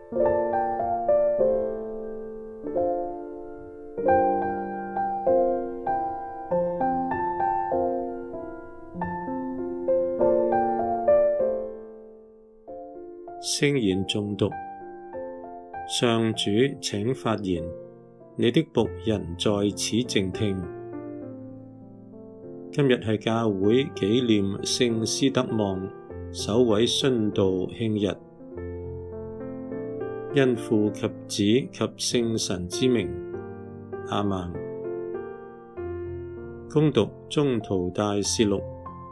聖言誦讀。上主，請發言，你的僕人在此靜聽。今日係教會紀念聖斯德望首位殉道慶日，因父及子及聖神之名，阿們。恭讀宗徒大事錄。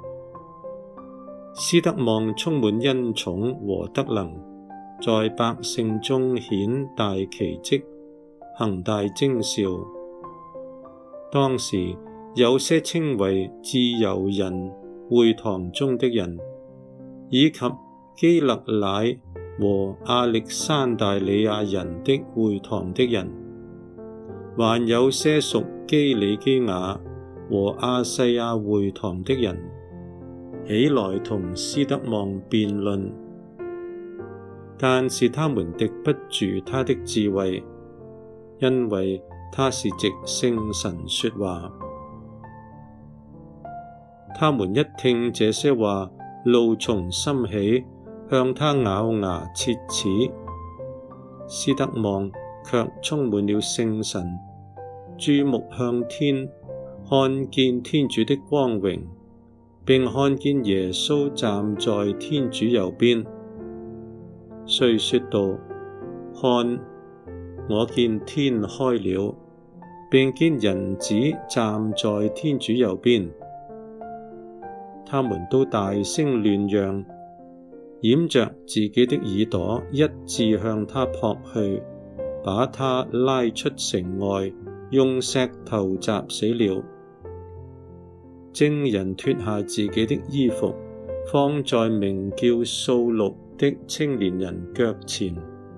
斯德望充滿恩寵和德能，在百姓中顯大奇蹟，行大徵兆。當時有些稱為自由人會堂中的人，以及基勒乃和亞歷山大里亞人的會堂的人，還有些屬基里基雅和亞細亞會堂的人，起來同斯德望辯論，但是他們敵不住他的智慧，因為他是藉聖神說話。他們一聽這些話，怒從心起，向他咬牙切齒。斯德望卻充滿了聖神，注目向天，看見天主的光榮，並看見耶穌站在天主右邊，遂說道：看，我見天開了，並見人子站在天主右邊。他們都大聲亂嚷，掩着自己的耳朵，一致向他撲去，把他拉出城外，用石頭砸死了。證人脫下自己的衣服，放在名叫掃祿的青年人腳前。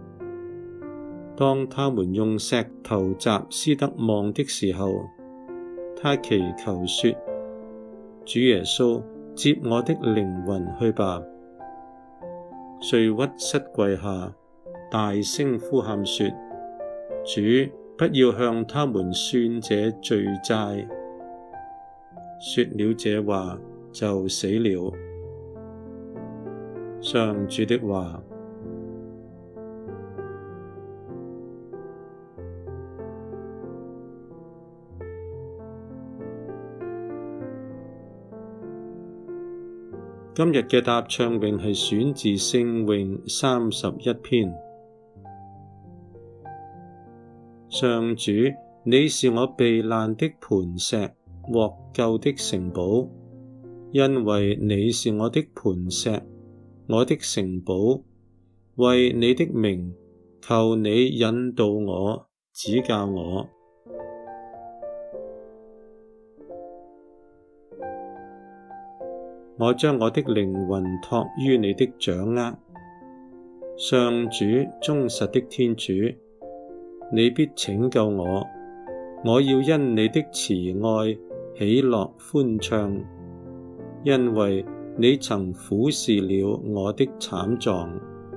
當他們用石頭砸斯德望的時候，他祈求說：主耶穌，接我的靈魂去吧。遂屈膝跪下，大聲呼喊說：主，不要向他們算這罪債。說了這話，就死了。上主的話。今日嘅答唱詠係選自聖詠31篇。上主，你是我避難的磐石，獲救的城堡，因為你是我的磐石，我的城堡，為你的名，求你引導我，指教我。我將我的靈魂託於你的掌握。上主，忠實的天主，你必拯救我，我要因你的慈愛喜樂歡暢，因為你曾俯視了我的慘狀。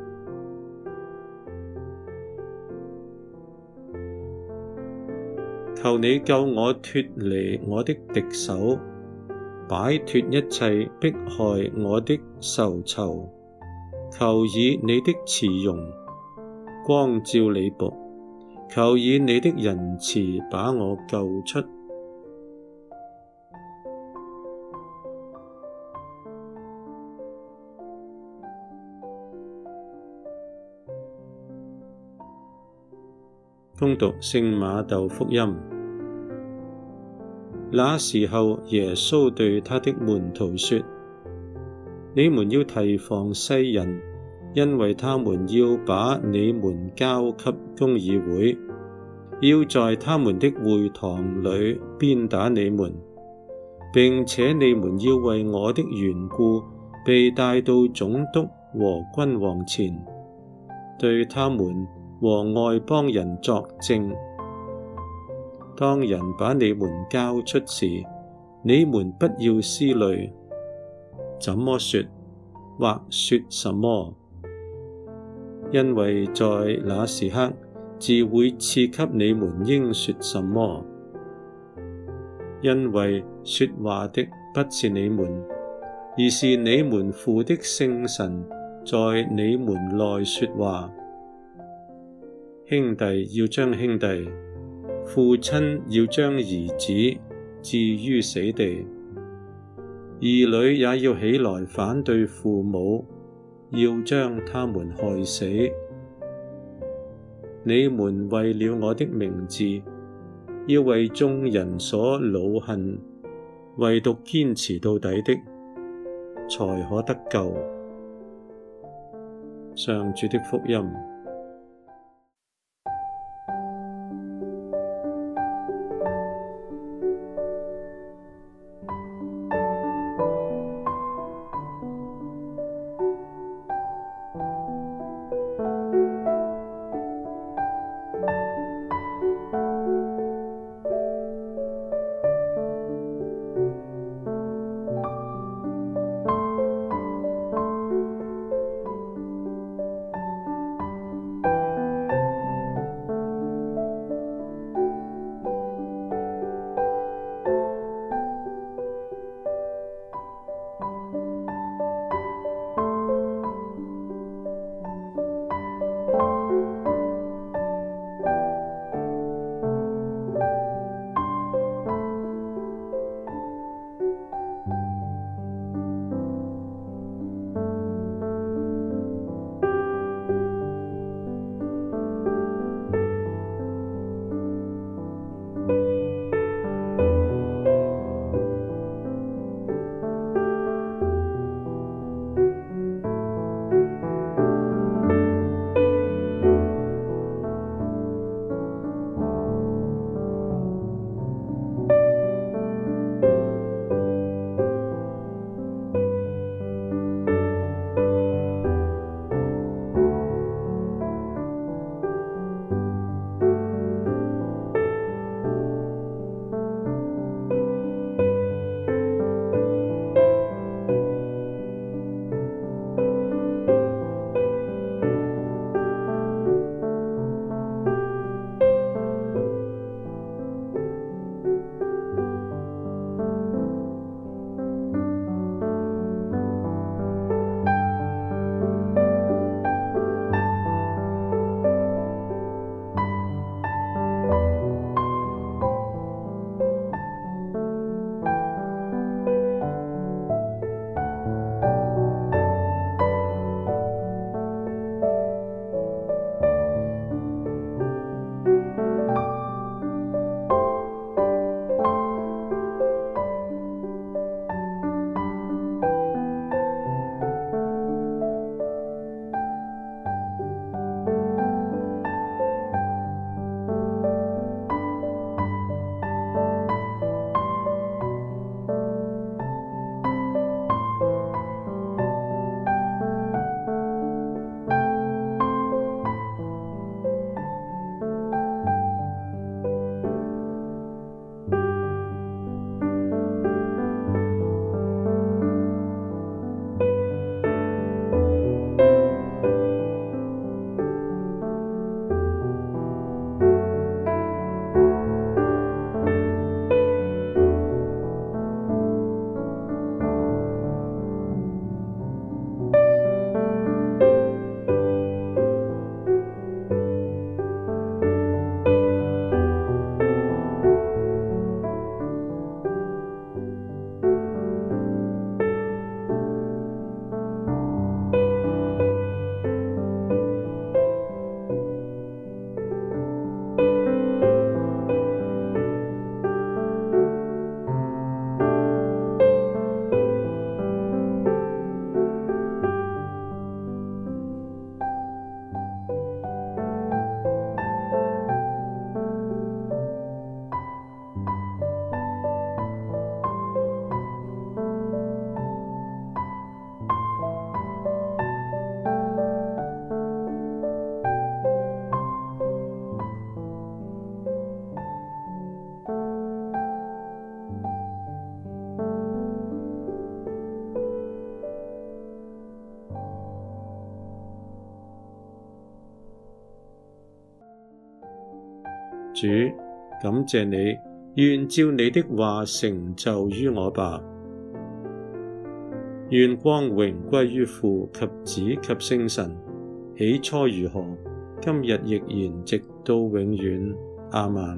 求你救我脫離我的敵手，擺脫一切迫害我的仇囚，求以你的慈容光照你僕，求以你的仁慈把我救出。恭讀聖瑪竇福音。那時候，耶穌對他的門徒說：你們要提防世人，因為他們要把你們交給公議會，要在他們的會堂裏鞭打你們，並且你們要為我的緣故被帶到總督和君王前，對他們和外邦人作證。當人把你們交出時，你們不要思慮，怎麼說，或說什麼， 因為在那時刻，自會賜給你們應說什麼。因為說話的不是你們，而是你們父的聖神在你們內說話。兄弟要將兄弟，父親要將兒子置於死地，兒女也要起來反對父母，要將他們害死。你們為了我的名字，要為眾人所惱恨，唯獨堅持到底的，才可得救。上主的福音。 主，感謝你，願照你的話成就於我吧。願光榮歸於父及子及聖神，起初如何，今日亦然，直到永遠。阿們。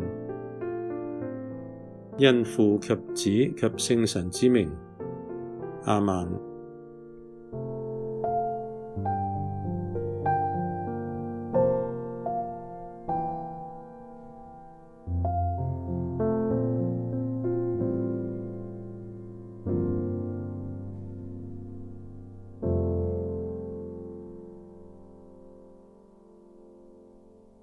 因父及子及聖神之名。阿們。